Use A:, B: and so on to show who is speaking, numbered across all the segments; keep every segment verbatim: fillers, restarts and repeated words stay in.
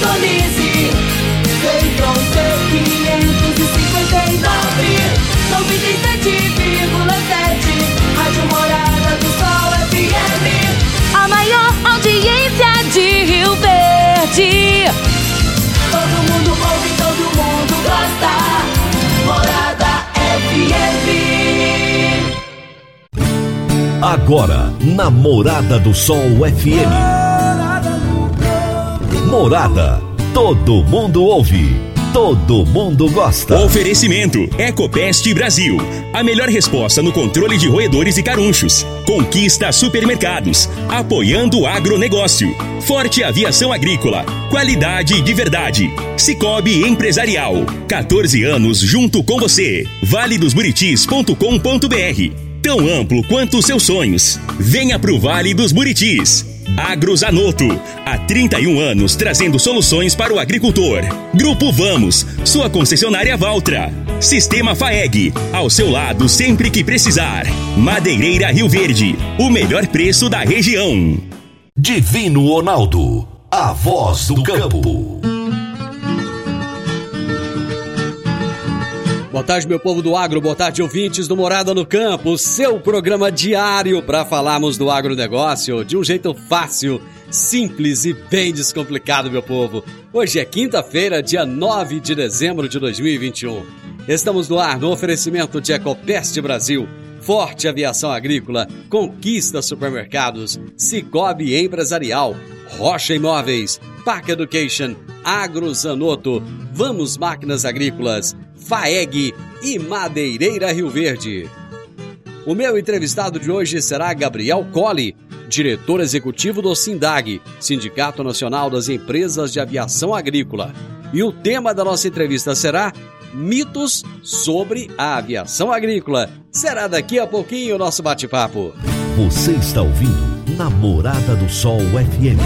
A: sintonize. Feitron C quinhentos e cinquenta e nove, noventa e sete vírgula sete, Rádio Morada do Sol F M.
B: A maior audiência de Rio Verde.
A: Todo mundo ouve, todo mundo gosta. Morada F M.
C: Agora, na Morada do Sol F M. Morada. Todo mundo ouve. Todo mundo gosta.
D: Oferecimento Ecopest Brasil. A melhor resposta no controle de roedores e carunchos. Conquista Supermercados. Apoiando o agronegócio. Forte Aviação Agrícola. Qualidade de verdade. Cicobi Empresarial. quatorze anos junto com você. vale dos buritis ponto com ponto br. Tão amplo quanto os seus sonhos. Venha pro Vale dos Buritis. Agrozanoto, há trinta e um anos trazendo soluções para o agricultor. Grupo Vamos, sua concessionária Valtra. Sistema Faeg, ao seu lado sempre que precisar. Madeireira Rio Verde, o melhor preço da região.
C: Divino Ronaldo, a voz do campo.
E: Boa tarde, meu povo do agro, boa tarde, ouvintes do Morada no Campo, seu programa diário para falarmos do agronegócio de um jeito fácil, simples e bem descomplicado, meu povo. Hoje é quinta-feira, dia nove de dezembro de dois mil e vinte e um. Estamos no ar no oferecimento de Ecopest Brasil, Forte Aviação Agrícola, Conquista Supermercados, Cicobi Empresarial, Rocha Imóveis, Park Education, Agrozanoto, Vamos Máquinas Agrícolas, Faeg e Madeireira Rio Verde. O meu entrevistado de hoje será Gabriel Colli, diretor executivo do SINDAG, Sindicato Nacional das Empresas de Aviação Agrícola. E o tema da nossa entrevista será mitos sobre a aviação agrícola. Será daqui a pouquinho o nosso bate-papo.
C: Você está ouvindo Namorada do Sol F M.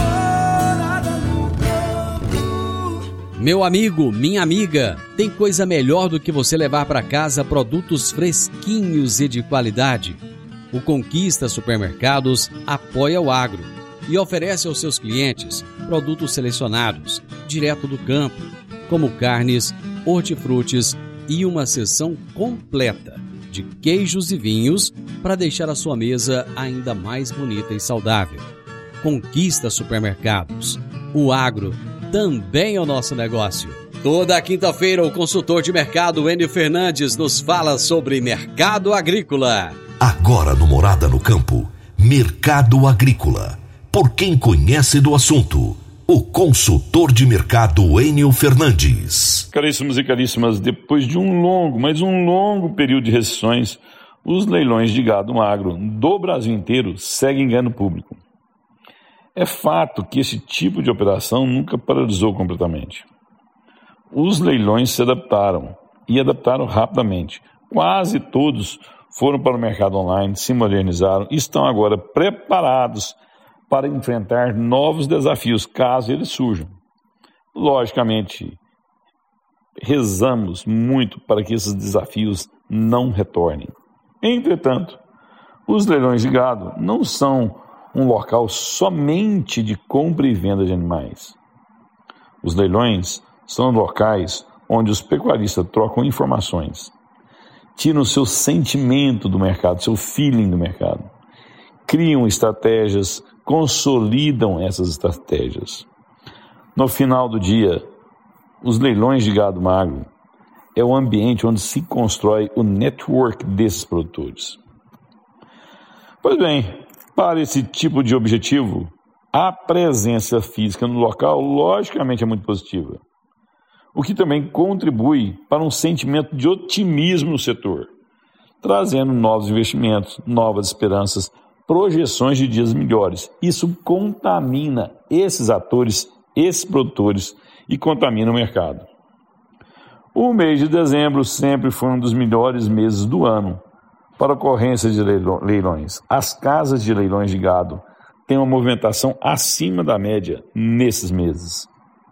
E: Meu amigo, minha amiga, tem coisa melhor do que você levar para casa produtos fresquinhos e de qualidade? O Conquista Supermercados apoia o agro e oferece aos seus clientes produtos selecionados, direto do campo, como carnes, hortifrutis e uma seção completa de queijos e vinhos para deixar a sua mesa ainda mais bonita e saudável. Conquista Supermercados. O agro também é o nosso negócio. Toda quinta-feira, o consultor de mercado Enio Fernandes nos fala sobre mercado agrícola.
C: Agora no Morada no Campo, Mercado Agrícola. Por quem conhece do assunto, o consultor de mercado Enio Fernandes.
F: Caríssimos e caríssimas, depois de um longo, mas um longo período de restrições, os leilões de gado magro do Brasil inteiro seguem ganhando público. É fato que esse tipo de operação nunca paralisou completamente. Os leilões se adaptaram e adaptaram rapidamente. Quase todos foram para o mercado online, se modernizaram e estão agora preparados para enfrentar novos desafios, caso eles surjam. Logicamente, rezamos muito para que esses desafios não retornem. Entretanto, os leilões de gado não são um local somente de compra e venda de animais. Os leilões são locais onde os pecuaristas trocam informações, tiram o seu sentimento do mercado, seu feeling do mercado, criam estratégias, consolidam essas estratégias. No final do dia, os leilões de gado magro é o ambiente onde se constrói o network desses produtores. Pois bem, para esse tipo de objetivo, a presença física no local, logicamente, é muito positiva, o que também contribui para um sentimento de otimismo no setor, trazendo novos investimentos, novas esperanças, projeções de dias melhores. Isso contamina esses atores, esses produtores e contamina o mercado. O mês de dezembro sempre foi um dos melhores meses do ano para a ocorrência de leilões. As casas de leilões de gado têm uma movimentação acima da média nesses meses.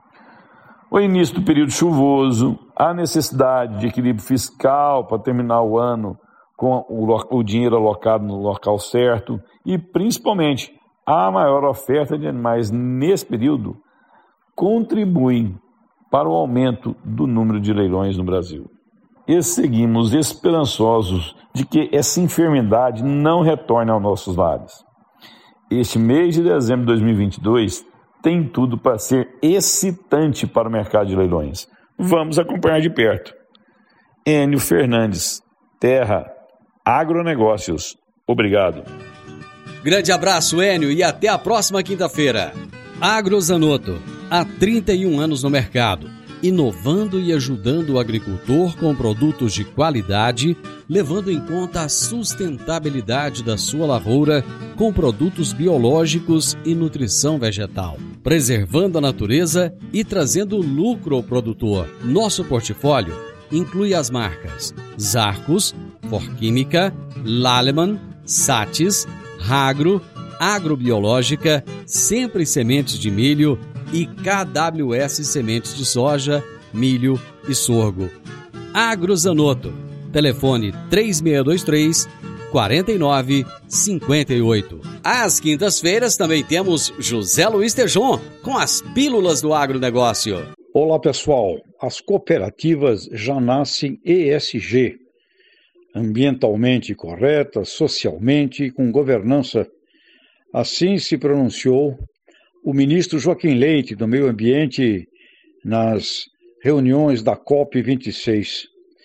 F: O início do período chuvoso, a necessidade de equilíbrio fiscal para terminar o ano com o, o dinheiro alocado no local certo e, principalmente, a maior oferta de animais nesse período contribuem para o aumento do número de leilões no Brasil. E seguimos esperançosos de que essa enfermidade não retorne aos nossos lares. Este mês de dezembro de dois mil e vinte e dois tem tudo para ser excitante para o mercado de leilões. Vamos acompanhar de perto. Enio Fernandes, Terra Agronegócios. Obrigado.
E: Grande abraço, Enio, e até a próxima quinta-feira. AgroZanoto, há trinta e um anos no mercado, inovando e ajudando o agricultor com produtos de qualidade, levando em conta a sustentabilidade da sua lavoura com produtos biológicos e nutrição vegetal, preservando a natureza e trazendo lucro ao produtor. Nosso portfólio inclui as marcas Zarcos, Forquímica, Laleman, Satis, Ragro, Agrobiológica, Sempre Sementes de Milho e K W S Sementes de Soja, Milho e Sorgo. AgroZanoto, telefone três seis dois três, quatro nove cinco oito. Às quintas-feiras também temos José Luiz Tejon com as Pílulas do Agronegócio.
G: Olá pessoal, as cooperativas já nascem E S G, ambientalmente corretas, socialmente e com governança. Assim se pronunciou o ministro Joaquim Leite do Meio Ambiente nas reuniões da COP vinte e seis.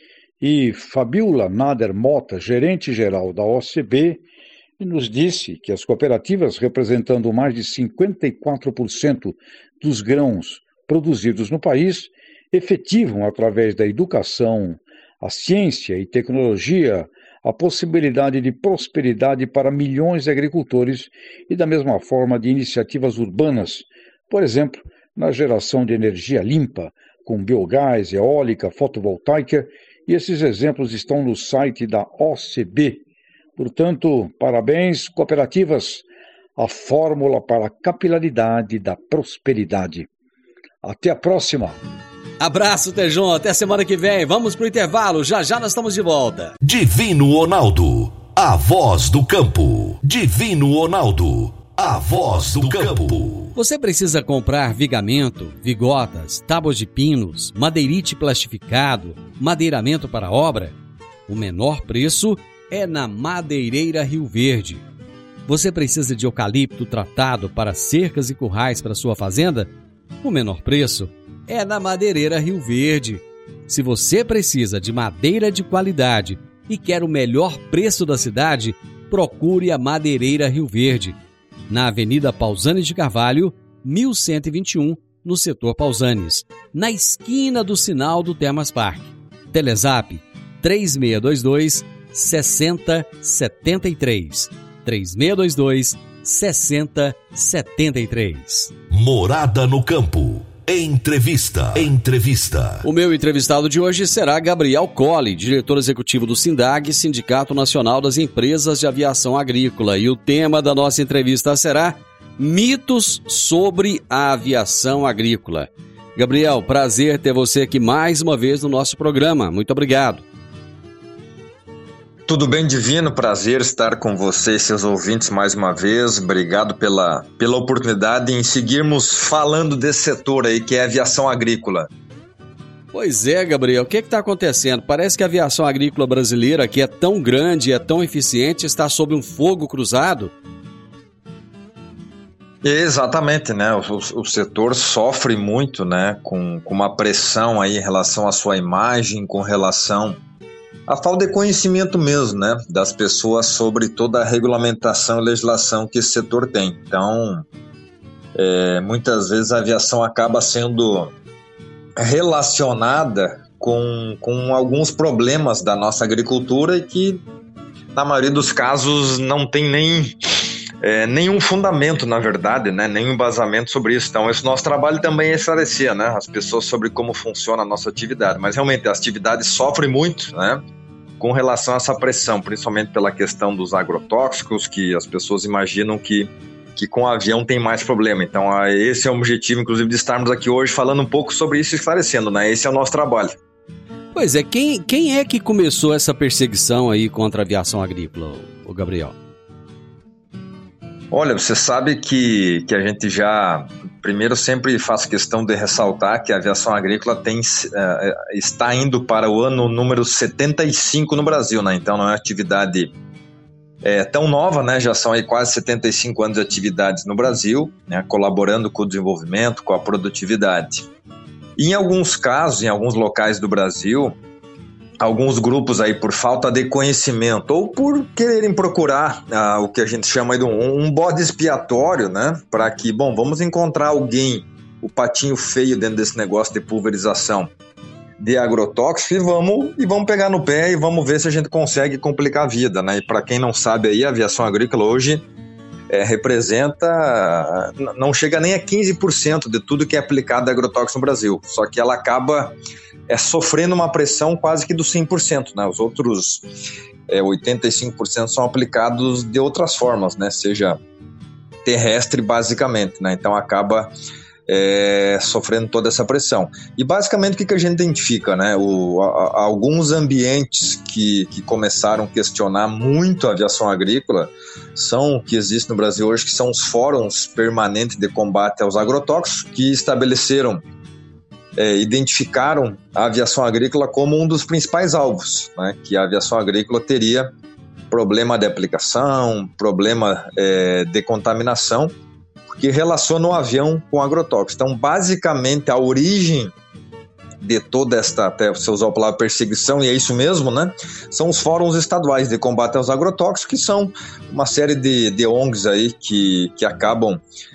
G: E Fabiola Nader Mota, gerente-geral da O C B, nos disse que as cooperativas, representando mais de cinquenta e quatro por cento dos grãos produzidos no país, efetivam, através da educação, a ciência e tecnologia, a possibilidade de prosperidade para milhões de agricultores e, da mesma forma, de iniciativas urbanas, por exemplo, na geração de energia limpa, com biogás, eólica, fotovoltaica, e esses exemplos estão no site da O C B. Portanto, parabéns, cooperativas, a fórmula para a capilaridade da prosperidade. Até a próxima!
E: Abraço, Tejon, até semana que vem. Vamos pro intervalo, já já nós estamos de volta.
C: Divino Ronaldo, a voz do campo. Divino Ronaldo, a voz do campo.
E: Você precisa comprar vigamento, vigotas, tábuas de pinos, madeirite plastificado, madeiramento para obra? O menor preço é na Madeireira Rio Verde. Você precisa de eucalipto tratado para cercas e currais para sua fazenda? O menor preço é na Madeireira Rio Verde. Se você precisa de madeira de qualidade e quer o melhor preço da cidade, procure a Madeireira Rio Verde, na Avenida Pausanes de Carvalho, mil cento e vinte e um, no setor Pausanes, na esquina do sinal do Termas Park. Telezap três seis dois dois, seis zero sete três. três seis dois dois, seis zero sete três.
C: Morada no Campo. Entrevista. Entrevista.
E: O meu entrevistado de hoje será Gabriel Colli, diretor executivo do SINDAG, Sindicato Nacional das Empresas de Aviação Agrícola. E o tema da nossa entrevista será mitos sobre a aviação agrícola. Gabriel, prazer ter você aqui mais uma vez no nosso programa. Muito obrigado.
H: Tudo bem, Divino? Prazer estar com você e seus ouvintes mais uma vez. Obrigado pela, pela oportunidade em seguirmos falando desse setor aí, que é a aviação agrícola.
E: Pois é, Gabriel, o que está acontecendo? Parece que a aviação agrícola brasileira, que é tão grande, é tão eficiente, está sob um fogo cruzado.
H: Exatamente, né? O, o, o setor sofre muito, né? Com, com uma pressão aí em relação à sua imagem, com relação a falta de conhecimento mesmo, né, das pessoas sobre toda a regulamentação e legislação que esse setor tem. Então, é, muitas vezes a aviação acaba sendo relacionada com, com alguns problemas da nossa agricultura e que, na maioria dos casos, não tem nem é, nenhum fundamento, na verdade, né, nenhum embasamento sobre isso. Então, esse nosso trabalho também é esclarecer, né, as pessoas sobre como funciona a nossa atividade. Mas, realmente, a atividade sofre muito, né, com relação a essa pressão, principalmente pela questão dos agrotóxicos, que as pessoas imaginam que, que com o avião tem mais problema. Então, esse é o objetivo, inclusive, de estarmos aqui hoje falando um pouco sobre isso e esclarecendo, né? Esse é o nosso trabalho.
E: Pois é, quem, quem é que começou essa perseguição aí contra a aviação agrícola, o Gabriel?
H: Olha, você sabe que, que a gente já, primeiro, sempre faz questão de ressaltar que a aviação agrícola tem, uh, está indo para o ano número setenta e cinco no Brasil, né? Então não é uma atividade é, tão nova, né? Já são aí quase setenta e cinco anos de atividades no Brasil, né? Colaborando com o desenvolvimento, com a produtividade. E em alguns casos, em alguns locais do Brasil, alguns grupos aí por falta de conhecimento ou por quererem procurar ah, o que a gente chama de um, um bode expiatório, né? Para que, bom, vamos encontrar alguém, o patinho feio dentro desse negócio de pulverização de agrotóxicos e vamos, e vamos pegar no pé e vamos ver se a gente consegue complicar a vida, né? E para quem não sabe aí, a aviação agrícola hoje é, representa, não chega nem a quinze por cento de tudo que é aplicado de agrotóxico no Brasil, só que ela acaba é sofrendo uma pressão quase que dos cem por cento, né? Os outros é, oitenta e cinco por cento são aplicados de outras formas, né? Seja terrestre, basicamente, né? Então acaba é, sofrendo toda essa pressão. E basicamente o que, que a gente identifica, né? O, a, a, alguns ambientes que, que começaram a questionar muito a aviação agrícola são o que existe no Brasil hoje, que são os fóruns permanentes de combate aos agrotóxicos, que estabeleceram É, identificaram a aviação agrícola como um dos principais alvos, né? Que a aviação agrícola teria problema de aplicação, problema é, de contaminação, porque relaciona o avião com agrotóxicos. Então, basicamente, a origem de toda esta, até você usou a palavra perseguição, e é isso mesmo, né? São os fóruns estaduais de combate aos agrotóxicos, que são uma série de, de O N Gs aí que, que acabam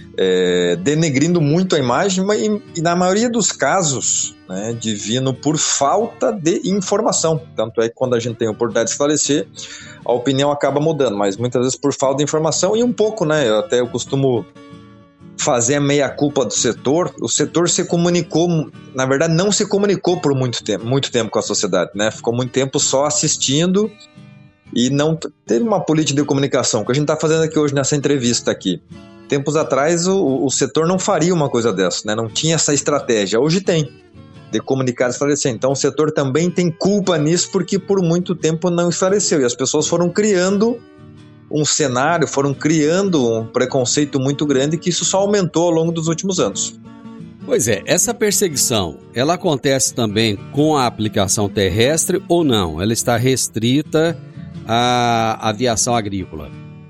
H: é, denegrindo muito a imagem, e, e na maioria dos casos, né, divino por falta de informação. Tanto é que quando a gente tem a oportunidade de esclarecer, a opinião acaba mudando, mas muitas vezes por falta de informação e um pouco, né? Eu até eu costumo fazer a meia-culpa do setor. O setor se comunicou, na verdade não se comunicou por muito tempo, muito tempo com a sociedade, né? Ficou muito tempo só assistindo e não teve uma política de comunicação. O que a gente está fazendo aqui hoje nessa entrevista aqui, tempos atrás o, o setor não faria uma coisa dessa, né? Não tinha essa estratégia. Hoje tem, de comunicar e esclarecer. Então o setor também tem culpa nisso, porque por muito tempo não esclareceu e as pessoas foram criando um cenário, foram criando um preconceito muito grande, que isso só aumentou ao longo dos últimos anos.
E: Pois é, essa perseguição, ela acontece também com a aplicação terrestre ou não? Ela está restrita à aviação agrícola?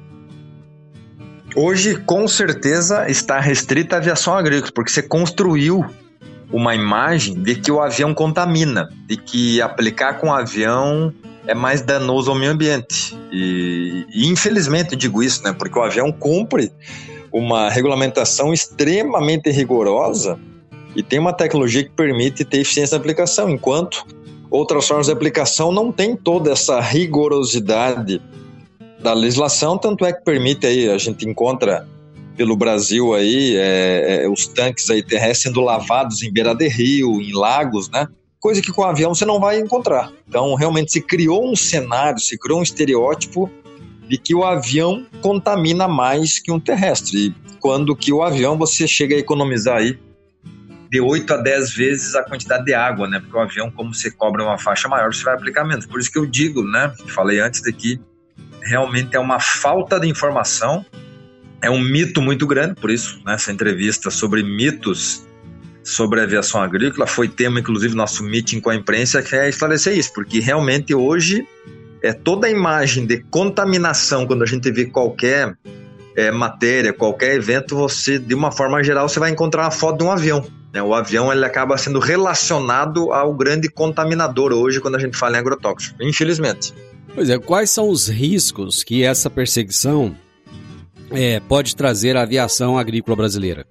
H: Hoje, com certeza, está restrita à aviação agrícola, porque você construiu uma imagem de que o avião contamina, de que aplicar com o avião é mais danoso ao meio ambiente. E, e infelizmente digo isso, né? Porque o avião cumpre uma regulamentação extremamente rigorosa e tem uma tecnologia que permite ter eficiência na aplicação, enquanto outras formas de aplicação não tem toda essa rigorosidade da legislação, tanto é que permite aí, a gente encontra pelo Brasil aí é, é, os tanques aí terrestres sendo lavados em beira de rio, em lagos, né? Coisa que com o avião você não vai encontrar. Então, realmente, se criou um cenário, se criou um estereótipo de que o avião contamina mais que um terrestre. E quando que o avião você chega a economizar aí de oito a dez vezes a quantidade de água, né? Porque o avião, como você cobra uma faixa maior, você vai aplicar menos. Por isso que eu digo, né? Falei antes de que realmente é uma falta de informação, é um mito muito grande. Por isso, nessa entrevista sobre mitos sobre a aviação agrícola, foi tema, inclusive, nosso meeting com a imprensa, que é esclarecer isso, porque realmente hoje é toda a imagem de contaminação, quando a gente vê qualquer é, matéria, qualquer evento, você, de uma forma geral, você vai encontrar uma foto de um avião, né? O avião, ele acaba sendo relacionado ao grande contaminador hoje, quando a gente fala em agrotóxico, infelizmente.
E: Pois é, quais são os riscos que essa perseguição é, pode trazer à aviação agrícola brasileira?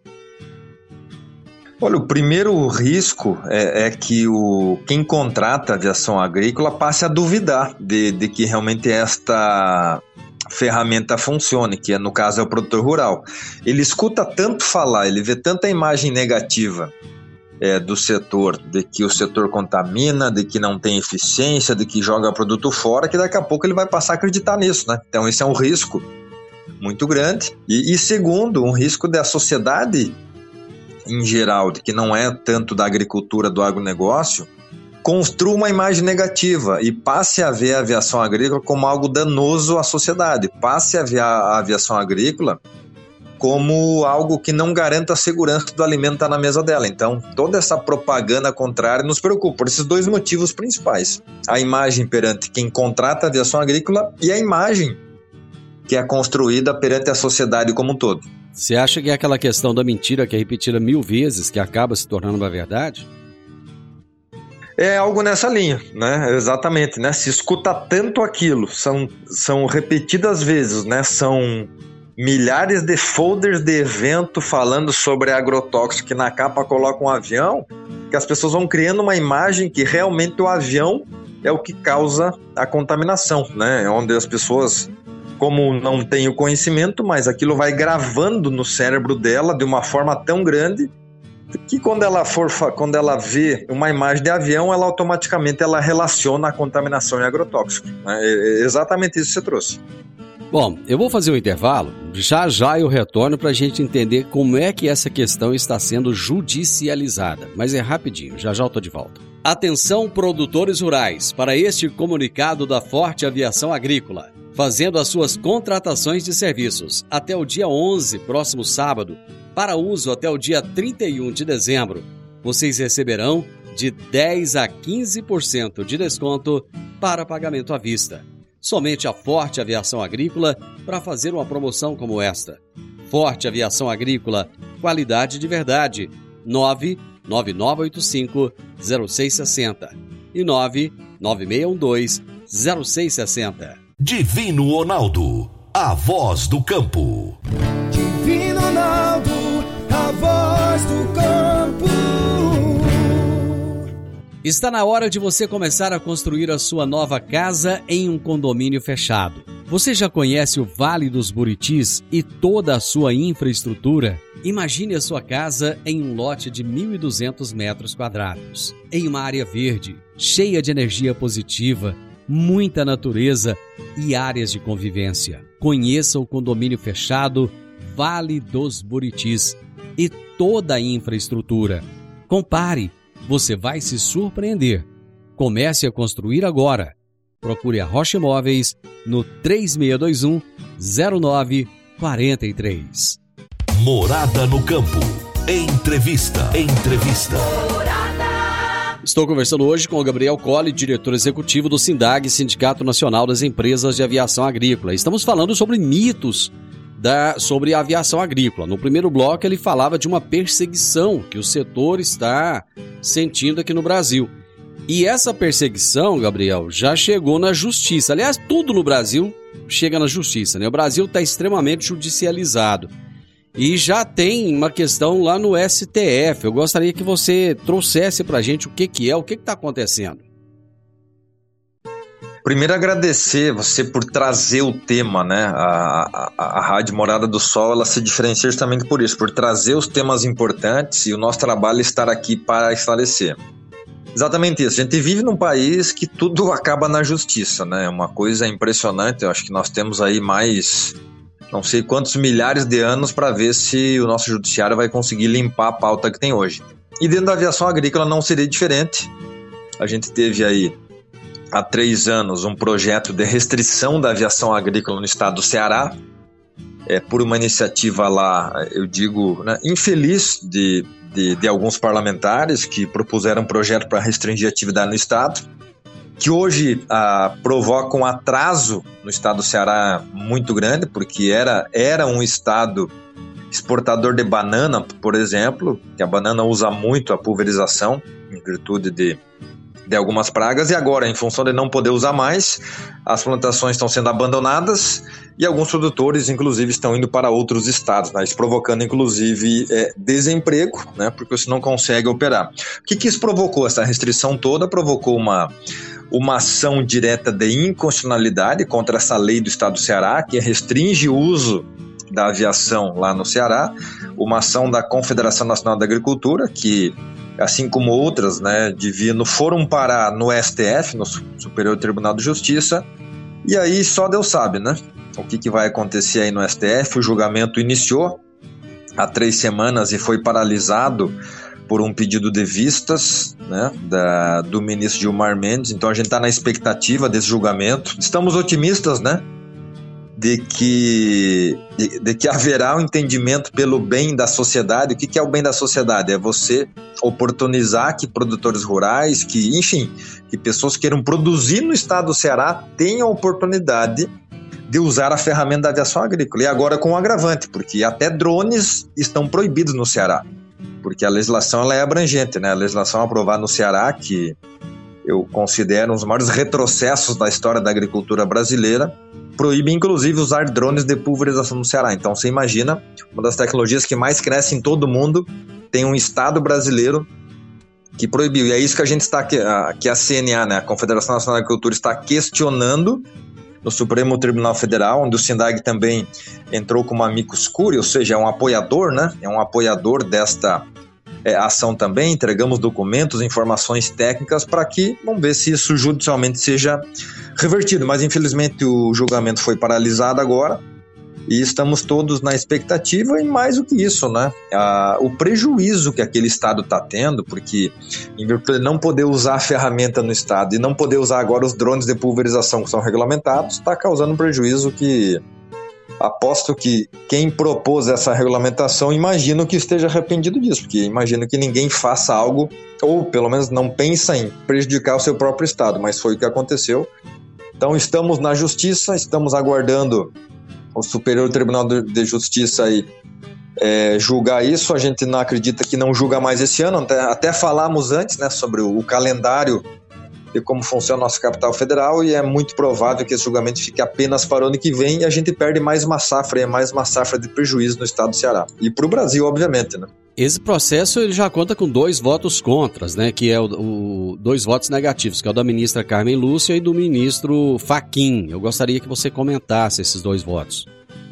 H: Olha, o primeiro risco é, é que o, quem contrata a aviação agrícola passe a duvidar de, de que realmente esta ferramenta funcione, que é, no caso é o produtor rural. Ele escuta tanto falar, ele vê tanta imagem negativa é, do setor, de que o setor contamina, de que não tem eficiência, de que joga produto fora, que daqui a pouco ele vai passar a acreditar nisso, né? Então esse é um risco muito grande. E, e segundo, um risco da sociedade em geral, de que não é tanto da agricultura, do agronegócio, construa uma imagem negativa e passe a ver a aviação agrícola como algo danoso à sociedade, passe a ver a aviação agrícola como algo que não garanta a segurança do alimento estar na mesa dela. Então, toda essa propaganda contrária nos preocupa por esses dois motivos principais. A imagem perante quem contrata a aviação agrícola e a imagem que é construída perante a sociedade como um todo.
E: Você acha que é aquela questão da mentira que é repetida mil vezes que acaba se tornando uma verdade?
H: É algo nessa linha, né? Exatamente, né? Se escuta tanto aquilo, são, são repetidas vezes, né? São milhares de folders de evento falando sobre agrotóxico que na capa colocam um avião, que as pessoas vão criando uma imagem que realmente o avião é o que causa a contaminação, né? Onde as pessoas, como não têm o conhecimento, mas aquilo vai gravando no cérebro dela de uma forma tão grande que quando ela for, quando ela vê uma imagem de avião, ela automaticamente ela relaciona a contaminação e agrotóxico. É exatamente isso que você trouxe.
E: Bom, eu vou fazer um intervalo, já já eu retorno para a gente entender como é que essa questão está sendo judicializada, mas é rapidinho, já já eu estou de volta. Atenção, produtores rurais, para este comunicado da Forte Aviação Agrícola, fazendo as suas contratações de serviços até o dia onze, próximo sábado, para uso até o dia trinta e um de dezembro, vocês receberão de dez a quinze por cento de desconto para pagamento à vista. Somente a Forte Aviação Agrícola para fazer uma promoção como esta. Forte Aviação Agrícola, qualidade de verdade. nove nove nove oito cinco zero seis seis zero e nove nove seis um dois zero seis seis zero.
C: Divino Ronaldo, a voz do campo.
A: Divino Ronaldo, a voz do campo.
E: Está na hora de você começar a construir a sua nova casa em um condomínio fechado. Você já conhece o Vale dos Buritis e toda a sua infraestrutura? Imagine a sua casa em um lote de mil e duzentos metros quadrados, em uma área verde, cheia de energia positiva, muita natureza e áreas de convivência. Conheça o condomínio fechado Vale dos Buritis e toda a infraestrutura. Compare, você vai se surpreender. Comece a construir agora. Procure a Rocha Imóveis no três seis dois um zero nove quatro três.
C: Morada no Campo. Entrevista. Entrevista.
E: Estou conversando hoje com o Gabriel Colli, diretor executivo do SINDAG, Sindicato Nacional das Empresas de Aviação Agrícola. Estamos falando sobre mitos da, sobre a aviação agrícola. No primeiro bloco ele falava de uma perseguição que o setor está sentindo aqui no Brasil. E essa perseguição, Gabriel, já chegou na justiça. Aliás, tudo no Brasil chega na justiça, né? O Brasil está extremamente judicializado. E já tem uma questão lá no S T F. Eu gostaria que você trouxesse para a gente o que, que é, o que está acontecendo.
H: Primeiro, agradecer você por trazer o tema, né? A, a, a Rádio Morada do Sol, ela se diferencia justamente por isso, por trazer os temas importantes e o nosso trabalho estar aqui para esclarecer. Exatamente isso. A gente vive num país que tudo acaba na justiça, né? É uma coisa impressionante. Eu acho que nós temos aí mais não sei quantos milhares de anos para ver se o nosso judiciário vai conseguir limpar a pauta que tem hoje. E dentro da aviação agrícola não seria diferente. A gente teve aí há três anos um projeto de restrição da aviação agrícola no estado do Ceará, é, por uma iniciativa lá, eu digo, né, infeliz de, de, de alguns parlamentares que propuseram um projeto para restringir a atividade no estado, que hoje ah, provoca um atraso no estado do Ceará muito grande, porque era, era um estado exportador de banana, por exemplo, que a banana usa muito a pulverização, em virtude de de algumas pragas, e agora, em função de não poder usar mais, as plantações estão sendo abandonadas e alguns produtores, inclusive, estão indo para outros estados, né? Isso provocando, inclusive, é, desemprego, né? Porque você não consegue operar. O que, que isso provocou? Essa restrição toda provocou uma, uma ação direta de inconstitucionalidade contra essa lei do estado do Ceará, que restringe o uso da aviação lá no Ceará, uma ação da Confederação Nacional da Agricultura, que assim como outras, né, deviam, foram parar no S T F, no Superior Tribunal de Justiça, e aí só Deus sabe, né, o que, que vai acontecer aí no S T F. O julgamento iniciou há três semanas e foi paralisado por um pedido de vistas, né, da, do ministro Gilmar Mendes. Então a gente está na expectativa desse julgamento. Estamos otimistas, né, de que, de, de que haverá um entendimento pelo bem da sociedade. O que, que é o bem da sociedade? É você oportunizar que produtores rurais, que, enfim, que pessoas queiram produzir no estado do Ceará tenham a oportunidade de usar a ferramenta da aviação agrícola. E agora com um agravante, porque até drones estão proibidos no Ceará, porque a legislação ela é abrangente, né? A legislação aprovada no Ceará, que eu considero um dos maiores retrocessos da história da agricultura brasileira, proíbe inclusive usar drones de pulverização no Ceará. Então você imagina, uma das tecnologias que mais cresce em todo o mundo, tem um estado brasileiro que proibiu. E é isso que a gente está, que a C N A, né, a Confederação Nacional da Agricultura, está questionando no Supremo Tribunal Federal, onde o SINDAG também entrou como amicus curiae, ou seja, é um apoiador, né? É um apoiador desta é, ação também. Entregamos documentos, informações técnicas para que, vamos ver se isso judicialmente seja revertido. Mas, infelizmente, o julgamento foi paralisado agora e estamos todos na expectativa e, mais do que isso, né? Ah, o prejuízo que aquele estado está tendo, porque em virtude de não poder usar a ferramenta no estado e não poder usar agora os drones de pulverização que são regulamentados, está causando um prejuízo que aposto que quem propôs essa regulamentação imagino que esteja arrependido disso, porque imagino que ninguém faça algo, ou pelo menos não pensa em prejudicar o seu próprio estado, mas foi o que aconteceu. Então estamos na justiça, estamos aguardando o Superior Tribunal de Justiça aí, é, julgar isso. A gente não acredita que não julga mais esse ano, até, até falamos antes, né, sobre o, o calendário de como funciona a nossa capital federal, e é muito provável que esse julgamento fique apenas para o ano que vem e a gente perde mais uma safra, e mais uma safra de prejuízo no estado do Ceará. E para o Brasil, obviamente, né?
E: Esse processo ele já conta com dois votos contras, né? Que é o, o dois votos negativos, que é o da ministra Carmen Lúcia e do ministro Fachin. Eu gostaria que você comentasse esses dois votos.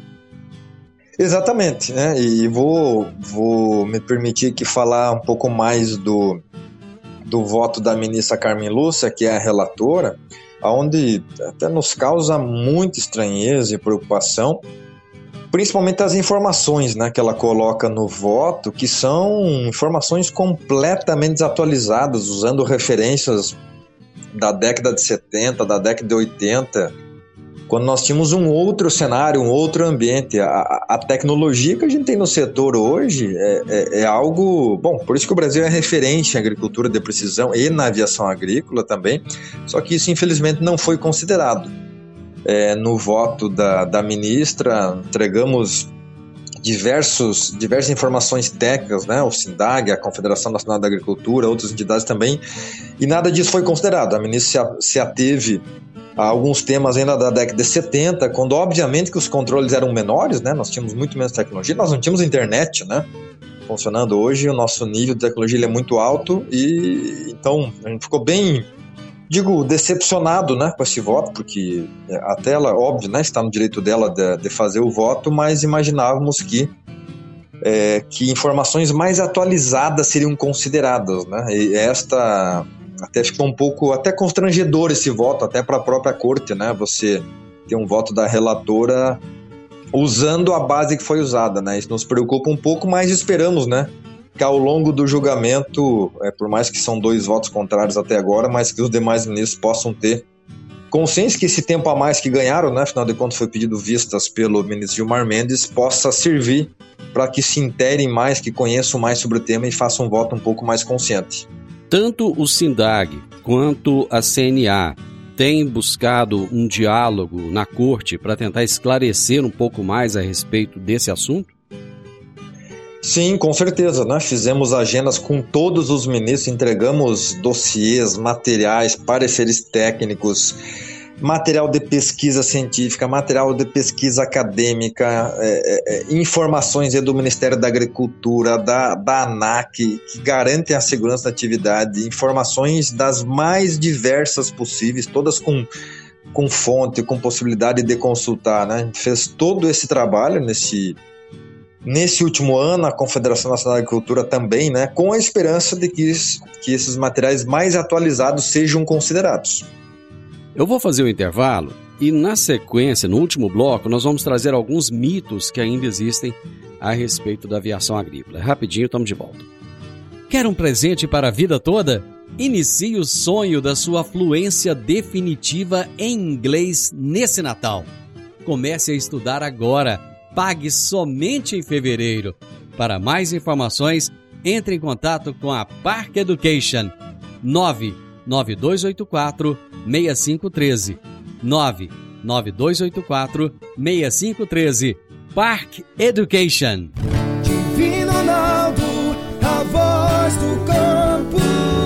H: Exatamente, né? E vou, vou me permitir aqui falar um pouco mais do, do voto da ministra Carmen Lúcia, que é a relatora, onde até nos causa muita estranheza e preocupação, principalmente as informações, né, que ela coloca no voto, que são informações completamente desatualizadas, usando referências da década de setenta, da década de oitenta, quando nós tínhamos um outro cenário, um outro ambiente. A, a tecnologia que a gente tem no setor hoje é, é, é algo... Bom, por isso que o Brasil é referente em agricultura de precisão e na aviação agrícola também, só que isso infelizmente não foi considerado. É, no voto da, da ministra, entregamos diversos, diversas informações técnicas, né? O SINDAG, a Confederação Nacional da Agricultura, outras entidades também, e nada disso foi considerado. A ministra se ateve a alguns temas ainda da década de setenta, quando obviamente que os controles eram menores, né? Nós tínhamos muito menos tecnologia, nós não tínhamos internet, né, funcionando. Hoje o nosso nível de tecnologia ele é muito alto, e então a gente ficou bem... Digo, decepcionado, né, com esse voto, porque até ela, óbvio, né, está no direito dela de, de fazer o voto, mas imaginávamos que, é, que informações mais atualizadas seriam consideradas, né, e esta até ficou um pouco, até constrangedor esse voto, até para a própria corte, né, você ter um voto da relatora usando a base que foi usada, né, isso nos preocupa um pouco, mas esperamos, né, que ao longo do julgamento, é, por mais que são dois votos contrários até agora, mas que os demais ministros possam ter consciência que esse tempo a mais que ganharam, né, afinal de contas foi pedido vistas pelo ministro Gilmar Mendes, possa servir para que se interem mais, que conheçam mais sobre o tema e façam um voto um pouco mais consciente.
E: Tanto o SINDAG quanto a C N A têm buscado um diálogo na corte para tentar esclarecer um pouco mais a respeito desse assunto?
H: Sim, com certeza, né? Fizemos agendas com todos os ministros, entregamos dossiês, materiais, pareceres técnicos, material de pesquisa científica, material de pesquisa acadêmica, é, é, informações do Ministério da Agricultura, da, da ANAC, que garantem a segurança da atividade, informações das mais diversas possíveis, todas com, com fonte, com possibilidade de consultar, né? A gente fez todo esse trabalho nesse... Nesse último ano, a Confederação Nacional da Agricultura também, né, com a esperança de que, que esses materiais mais atualizados sejam considerados.
E: Eu vou fazer o intervalo e, na sequência, no último bloco, nós vamos trazer alguns mitos que ainda existem a respeito da aviação agrícola. Rapidinho, estamos de volta. Quer um presente para a vida toda? Inicie o sonho da sua fluência definitiva em inglês nesse Natal. Comece a estudar agora. Pague somente em fevereiro. Para mais informações, entre em contato com a Park Education. nove nove dois oito quatro, seis cinco um três. nove nove dois oito quatro, seis cinco um três. Park Education.
A: Divino Ronaldo, a voz do campo.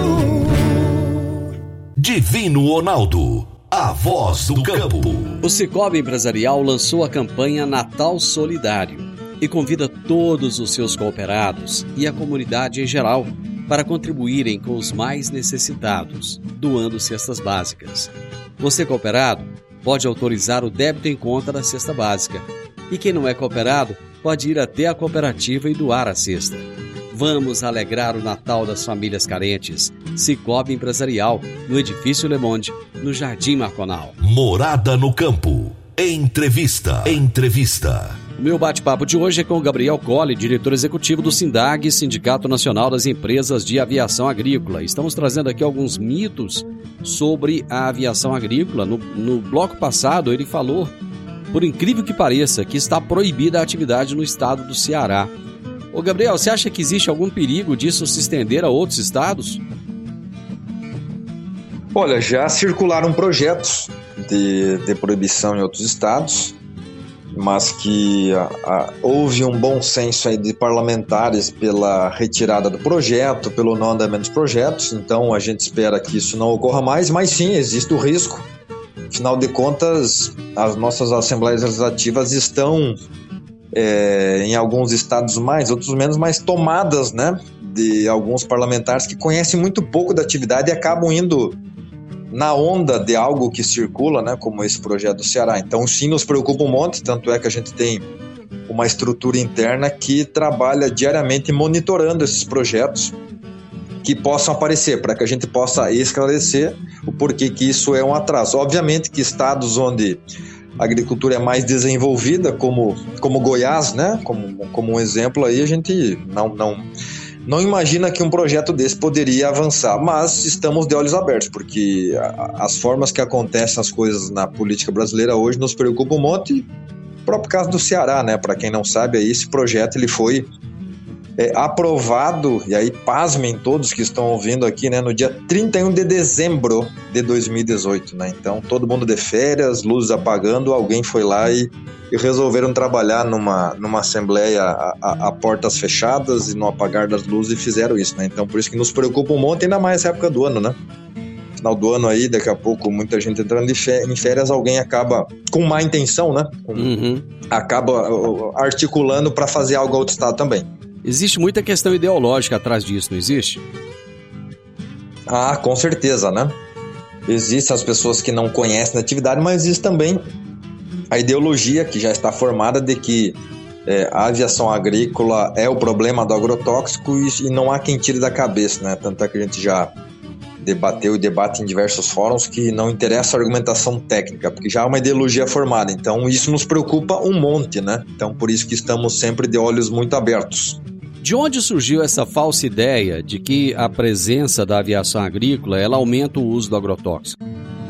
C: Divino Ronaldo, a voz do campo.
E: O Cicobi Empresarial lançou a campanha Natal Solidário e convida todos os seus cooperados e a comunidade em geral para contribuírem com os mais necessitados, doando cestas básicas. Você, cooperado, pode autorizar o débito em conta da cesta básica. E quem não é cooperado, pode ir até a cooperativa e doar a cesta. Vamos alegrar o Natal das famílias carentes. Cicobi Empresarial, no Edifício Le Monde, no Jardim Marconal.
C: Morada no Campo. Entrevista. Entrevista.
E: O meu bate-papo de hoje é com o Gabriel Colli, diretor executivo do SINDAG, Sindicato Nacional das Empresas de Aviação Agrícola. Estamos trazendo aqui alguns mitos sobre a aviação agrícola. No, no bloco passado, ele falou, por incrível que pareça, que está proibida a atividade no estado do Ceará. Ô Gabriel, você acha que existe algum perigo disso se estender a outros estados?
H: Olha, já circularam projetos de, de proibição em outros estados, mas que a, a, houve um bom senso aí de parlamentares pela retirada do projeto, pelo não andamento dos projetos, então a gente espera que isso não ocorra mais, mas sim, existe o risco. Afinal de contas, as nossas assembleias legislativas estão, é, em alguns estados mais, outros menos, mas tomadas, né, de alguns parlamentares que conhecem muito pouco da atividade e acabam indo na onda de algo que circula, né, como esse projeto do Ceará. Então, sim, nos preocupa um monte, tanto é que a gente tem uma estrutura interna que trabalha diariamente monitorando esses projetos que possam aparecer, para que a gente possa esclarecer o porquê que isso é um atraso. Obviamente que estados onde a agricultura é mais desenvolvida, como, como Goiás, né, como, como um exemplo aí, a gente não... não Não imagina que um projeto desse poderia avançar, mas estamos de olhos abertos, porque as formas que acontecem as coisas na política brasileira hoje nos preocupam um monte. O próprio caso do Ceará, né? Para quem não sabe, aí esse projeto ele foi é, aprovado, e aí pasmem todos que estão ouvindo aqui, né? No dia trinta e um de dezembro de dois mil e dezoito, né? Então todo mundo de férias, luzes apagando, alguém foi lá e e resolveram trabalhar numa, numa assembleia a, a, a portas fechadas e no apagar das luzes e fizeram isso, né? Então por isso que nos preocupa um monte, ainda mais essa época do ano, né? Final do ano aí, daqui a pouco muita gente entrando em férias, alguém acaba com má intenção, né? Com, uhum. Acaba articulando para fazer algo a outro estado também.
E: Existe muita questão ideológica atrás disso, não existe?
H: Ah, com certeza, né? Existem as pessoas que não conhecem a atividade, mas existe também a ideologia que já está formada de que é, a aviação agrícola é o problema do agrotóxico e, e não há quem tire da cabeça, né? Tanto é que a gente já debateu e debate em diversos fóruns que não interessa a argumentação técnica, porque já há uma ideologia formada. Então isso nos preocupa um monte, né? Então por isso que estamos sempre de olhos muito abertos.
E: De onde surgiu essa falsa ideia de que a presença da aviação agrícola ela aumenta o uso do agrotóxico?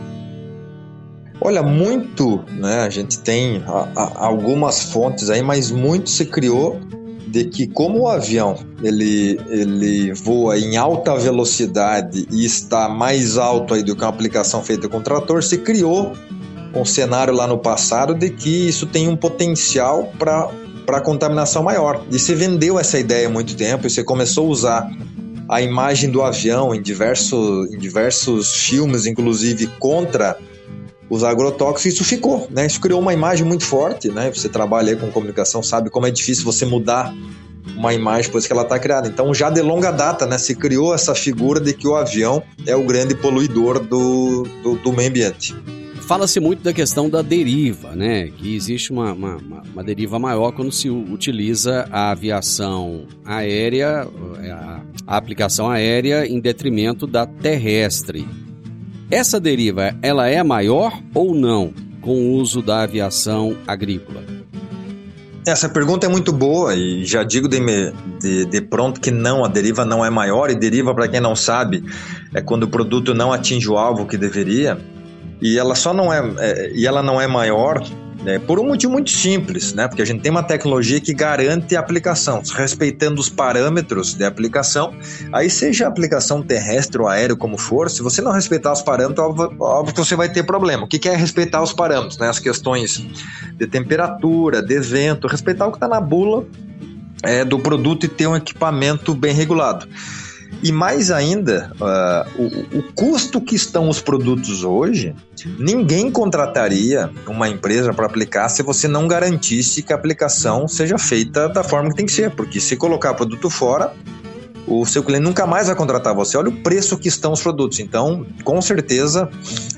H: Olha, muito, né, a gente tem a, a, algumas fontes aí, mas muito se criou de que como o avião ele, ele voa em alta velocidade e está mais alto aí do que uma aplicação feita com trator, se criou um cenário lá no passado de que isso tem um potencial para para contaminação maior. E se vendeu essa ideia há muito tempo e você começou a usar a imagem do avião em diversos, em diversos filmes, inclusive contra os agrotóxicos, isso ficou, né? Isso criou uma imagem muito forte, né? Você trabalha aí com comunicação, sabe como é difícil você mudar uma imagem depois que ela está criada. Então, já de longa data, né, se criou essa figura de que o avião é o grande poluidor do, do, do meio ambiente.
E: Fala-se muito da questão da deriva, né? Que existe uma, uma, uma deriva maior quando se utiliza a aviação aérea, a, a aplicação aérea em detrimento da terrestre. Essa deriva, ela é maior ou não com o uso da aviação agrícola?
H: Essa pergunta é muito boa e já digo de, de, de pronto que não, a deriva não é maior. E deriva, para quem não sabe, é quando o produto não atinge o alvo que deveria. E ela só não é, é, e ela não é maior É, por um motivo muito simples, né? Porque a gente tem uma tecnologia que garante a aplicação, respeitando os parâmetros de aplicação. Aí seja a aplicação terrestre ou aéreo, como for, se você não respeitar os parâmetros, óbvio, óbvio que você vai ter problema. O que, que é respeitar os parâmetros, né? As questões de temperatura, de vento, respeitar o que está na bula é, do produto e ter um equipamento bem regulado. E mais ainda, uh, o, o custo que estão os produtos hoje, ninguém contrataria uma empresa para aplicar se você não garantisse que a aplicação seja feita da forma que tem que ser. Porque se colocar produto fora, o seu cliente nunca mais vai contratar você. Olha o preço que estão os produtos. Então, com certeza,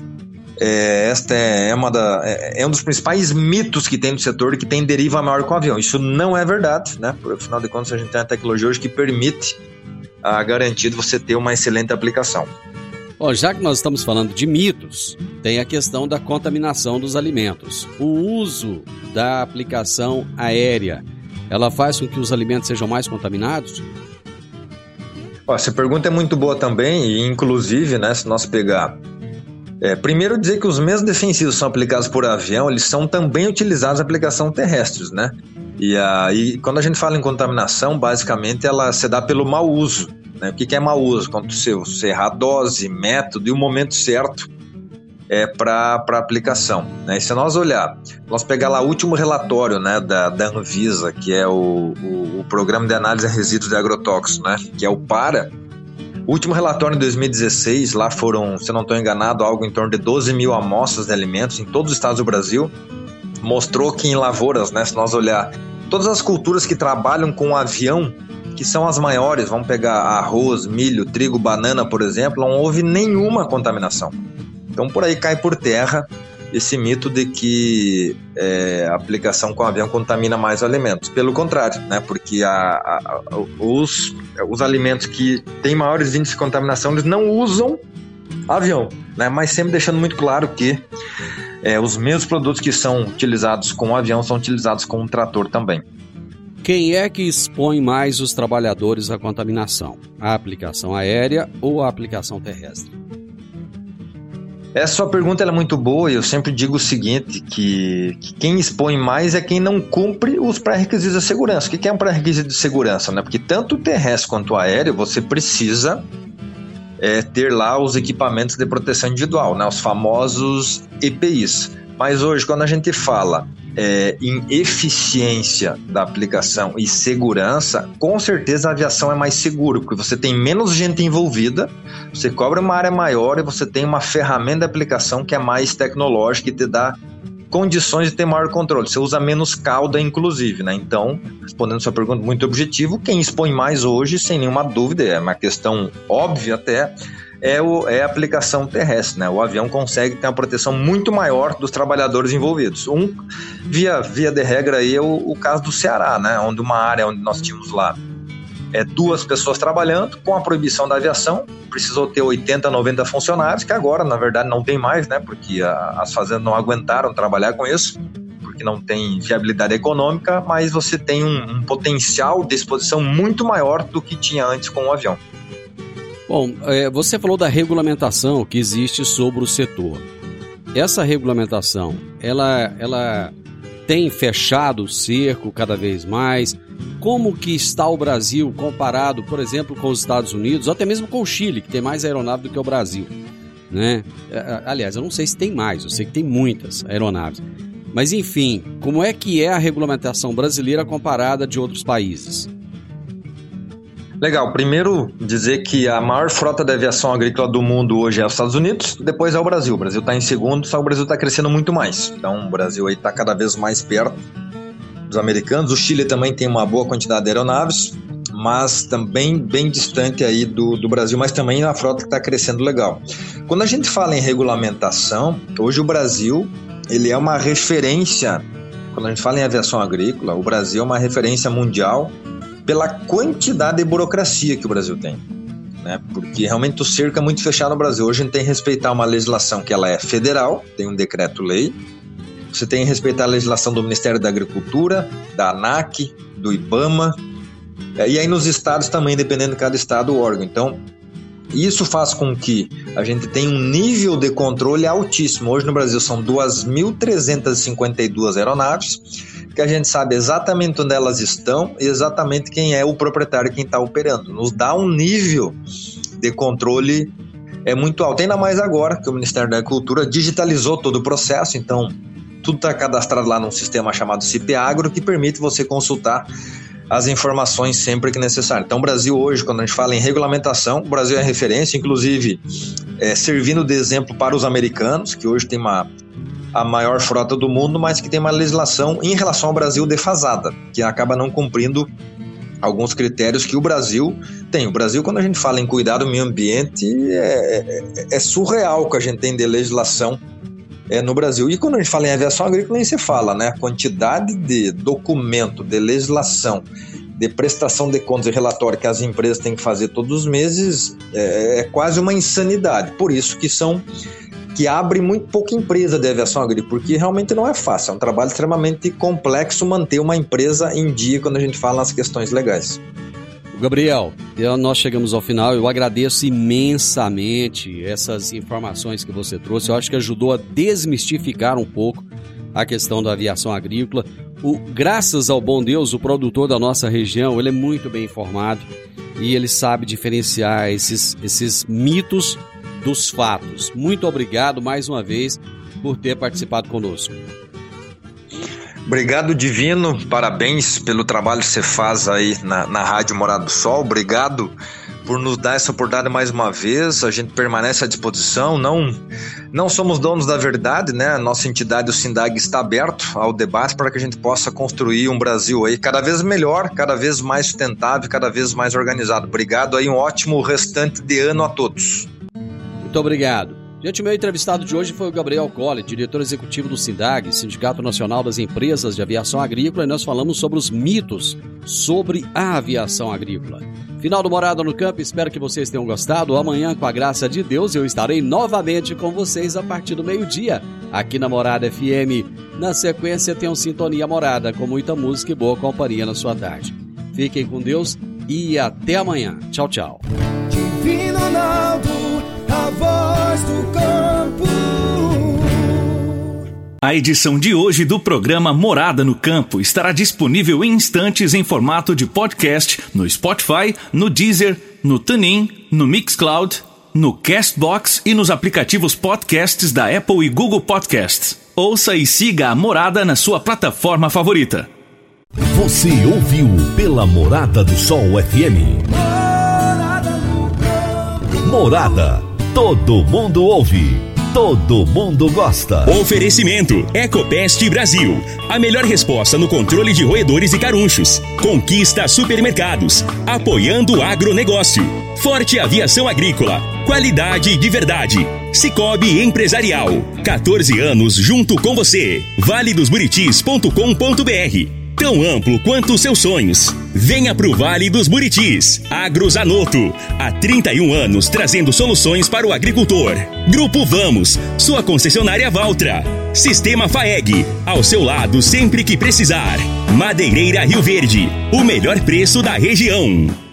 H: é, esta é, uma da, é, é um dos principais mitos que tem no setor, que tem deriva maior com o avião. Isso não é verdade, né? Por afinal de contas, a gente tem uma tecnologia hoje que permite a garantia de você ter uma excelente aplicação.
E: Bom, já que nós estamos falando de mitos, tem a questão da contaminação dos alimentos. O uso da aplicação aérea, ela faz com que os alimentos sejam mais contaminados?
H: Ó, essa pergunta é muito boa também, e inclusive, né, se nós pegar... É, primeiro dizer que os mesmos defensivos são aplicados por avião, eles são também utilizados na aplicação terrestres, né? E aí, quando a gente fala em contaminação, basicamente ela se dá pelo mau uso, né? O que, que é mau uso? Quando você, você errar a dose, método e o momento certo é, para a aplicação, né? E se nós olhar, nós pegar lá o último relatório, né, da, da Anvisa, que é o, o, o Programa de Análise de Resíduos de Agrotóxicos, né, que é o PARA. O último relatório em dois mil e dezesseis, lá foram, se eu não estou enganado, algo em torno de doze mil amostras de alimentos em todos os estados do Brasil. Mostrou que em lavouras, né, se nós olhar todas as culturas que trabalham com avião, que são as maiores, vamos pegar arroz, milho, trigo, banana, por exemplo, não houve nenhuma contaminação. Então por aí cai por terra esse mito de que é, a aplicação com avião contamina mais alimentos. Pelo contrário, né, porque a, a, a, os, os alimentos que têm maiores índices de contaminação, eles não usam avião, né, mas sempre deixando muito claro que é, os mesmos produtos que são utilizados com o avião são utilizados com o trator também.
E: Quem é que expõe mais os trabalhadores à contaminação? A aplicação aérea ou a aplicação terrestre?
H: Essa sua pergunta ela é muito boa e eu sempre digo o seguinte, que, que quem expõe mais é quem não cumpre os pré-requisitos de segurança. O que é um pré-requisito de segurança, né? Porque tanto o terrestre quanto o aéreo você precisa é, ter lá os equipamentos de proteção individual, né? Os famosos E P Is. Mas hoje, quando a gente fala é, em eficiência da aplicação e segurança, com certeza a aviação é mais segura, porque você tem menos gente envolvida, você cobre uma área maior e você tem uma ferramenta de aplicação que é mais tecnológica e te dá condições de ter maior controle. Você usa menos cauda, inclusive, né? Então, respondendo a sua pergunta muito objetivo, quem expõe mais hoje, sem nenhuma dúvida, é uma questão óbvia até, é, o, é a aplicação terrestre, né? O avião consegue ter uma proteção muito maior dos trabalhadores envolvidos. Um, via, via de regra, aí, é o, o caso do Ceará, né? Onde uma área onde nós tínhamos lá é, duas pessoas trabalhando, com a proibição da aviação, precisou ter oitenta, noventa funcionários, que agora, na verdade, não tem mais, né? Porque a, as fazendas não aguentaram trabalhar com isso, porque não tem viabilidade econômica, mas você tem um, um potencial de exposição muito maior do que tinha antes com o avião.
E: Bom, é, você falou da regulamentação que existe sobre o setor. Essa regulamentação, ela, ela tem fechado o cerco cada vez mais? Como que está o Brasil comparado, por exemplo, com os Estados Unidos, ou até mesmo com o Chile, que tem mais aeronave do que o Brasil, né? Aliás, eu não sei se tem mais, eu sei que tem muitas aeronaves. Mas, enfim, como é que é a regulamentação brasileira comparada de outros países?
H: Legal, primeiro dizer que a maior frota de aviação agrícola do mundo hoje é os Estados Unidos, depois é o Brasil. O Brasil está em segundo, só que o Brasil está crescendo muito mais. Então o Brasil aí está cada vez mais perto dos americanos. O Chile também tem uma boa quantidade de aeronaves, mas também bem distante aí do, do Brasil, mas também a frota que está crescendo legal. Quando a gente fala em regulamentação, hoje o Brasil ele é uma referência, quando a gente fala em aviação agrícola, o Brasil é uma referência mundial pela quantidade de burocracia que o Brasil tem, né? Porque realmente o cerco é muito fechado no Brasil. Hoje a gente tem que respeitar uma legislação que ela é federal, tem um decreto-lei, você tem que respeitar a legislação do Ministério da Agricultura, da ANAC, do IBAMA, e aí nos estados também, dependendo de cada estado, o órgão. Então, Isso faz com que a gente tenha um nível de controle altíssimo. Hoje no Brasil são duas mil trezentas e cinquenta e duas aeronaves, que a gente sabe exatamente onde elas estão e exatamente quem é o proprietário, quem está operando. Nos dá um nível de controle é muito alto, ainda mais agora que o Ministério da Agricultura digitalizou todo o processo, então tudo está cadastrado lá num sistema chamado CIPAgro, que permite você consultar as informações sempre que necessário. Então o Brasil hoje, quando a gente fala em regulamentação, o Brasil é referência, inclusive é, servindo de exemplo para os americanos, que hoje tem uma, a maior frota do mundo, mas que tem uma legislação em relação ao Brasil defasada, que acaba não cumprindo alguns critérios que o Brasil tem. O Brasil, quando a gente fala em cuidar do meio ambiente, é, é, é surreal o que a gente tem de legislação é, no Brasil. E quando a gente fala em aviação agrícola, nem se fala, né? A quantidade de documento, de legislação, de prestação de contas e relatório que as empresas têm que fazer todos os meses é, é quase uma insanidade. Por isso que são que abre muito pouca empresa de aviação agrícola, porque realmente não é fácil, é um trabalho extremamente complexo manter uma empresa em dia quando a gente fala nas questões legais.
E: Gabriel, nós chegamos ao final, eu agradeço imensamente essas informações que você trouxe, eu acho que ajudou a desmistificar um pouco a questão da aviação agrícola. O, graças ao bom Deus, o produtor da nossa região, ele é muito bem informado e ele sabe diferenciar esses, esses mitos dos fatos. Muito obrigado mais uma vez por ter participado conosco.
H: Obrigado, Divino, parabéns pelo trabalho que você faz aí na, na Rádio Morada do Sol, obrigado por nos dar essa oportunidade mais uma vez, a gente permanece à disposição, não, não somos donos da verdade, né? A nossa entidade, o SINDAG, está aberto ao debate para que a gente possa construir um Brasil aí cada vez melhor, cada vez mais sustentável, cada vez mais organizado. Obrigado aí, um ótimo restante de ano a todos.
E: Muito obrigado. Gente, o meu entrevistado de hoje foi o Gabriel Colli, diretor executivo do SINDAG, Sindicato Nacional das Empresas de Aviação Agrícola, e nós falamos sobre os mitos sobre a aviação agrícola. Final do Morada no Campo, espero que vocês tenham gostado. Amanhã, com a graça de Deus, eu estarei novamente com vocês a partir do meio-dia, aqui na Morada F M. Na sequência, tem um Sintonia Morada, com muita música e boa companhia na sua tarde. Fiquem com Deus e até amanhã. Tchau, tchau.
A: Divino Ronaldo, a voz do campo.
I: A edição de hoje do programa Morada no Campo estará disponível em instantes em formato de podcast no Spotify, no Deezer, no TuneIn, no Mixcloud, no Castbox e nos aplicativos podcasts da Apple e Google Podcasts. Ouça e siga a Morada na sua plataforma favorita.
C: Você ouviu pela Morada do Sol F M. Morada. Todo mundo ouve. Todo mundo gosta.
D: Oferecimento Ecopest Brasil. A melhor resposta no controle de roedores e carunchos. Conquista Supermercados. Apoiando o agronegócio. Forte Aviação Agrícola. Qualidade de verdade. Cicobi Empresarial. catorze anos junto com você. vale dos buritis ponto com ponto br. Tão amplo quanto os seus sonhos. Venha pro Vale dos Buritis. Agrozanoto. Há trinta e um anos trazendo soluções para o agricultor. Grupo Vamos, sua concessionária Valtra. Sistema FAEG, ao seu lado sempre que precisar. Madeireira Rio Verde, o melhor preço da região.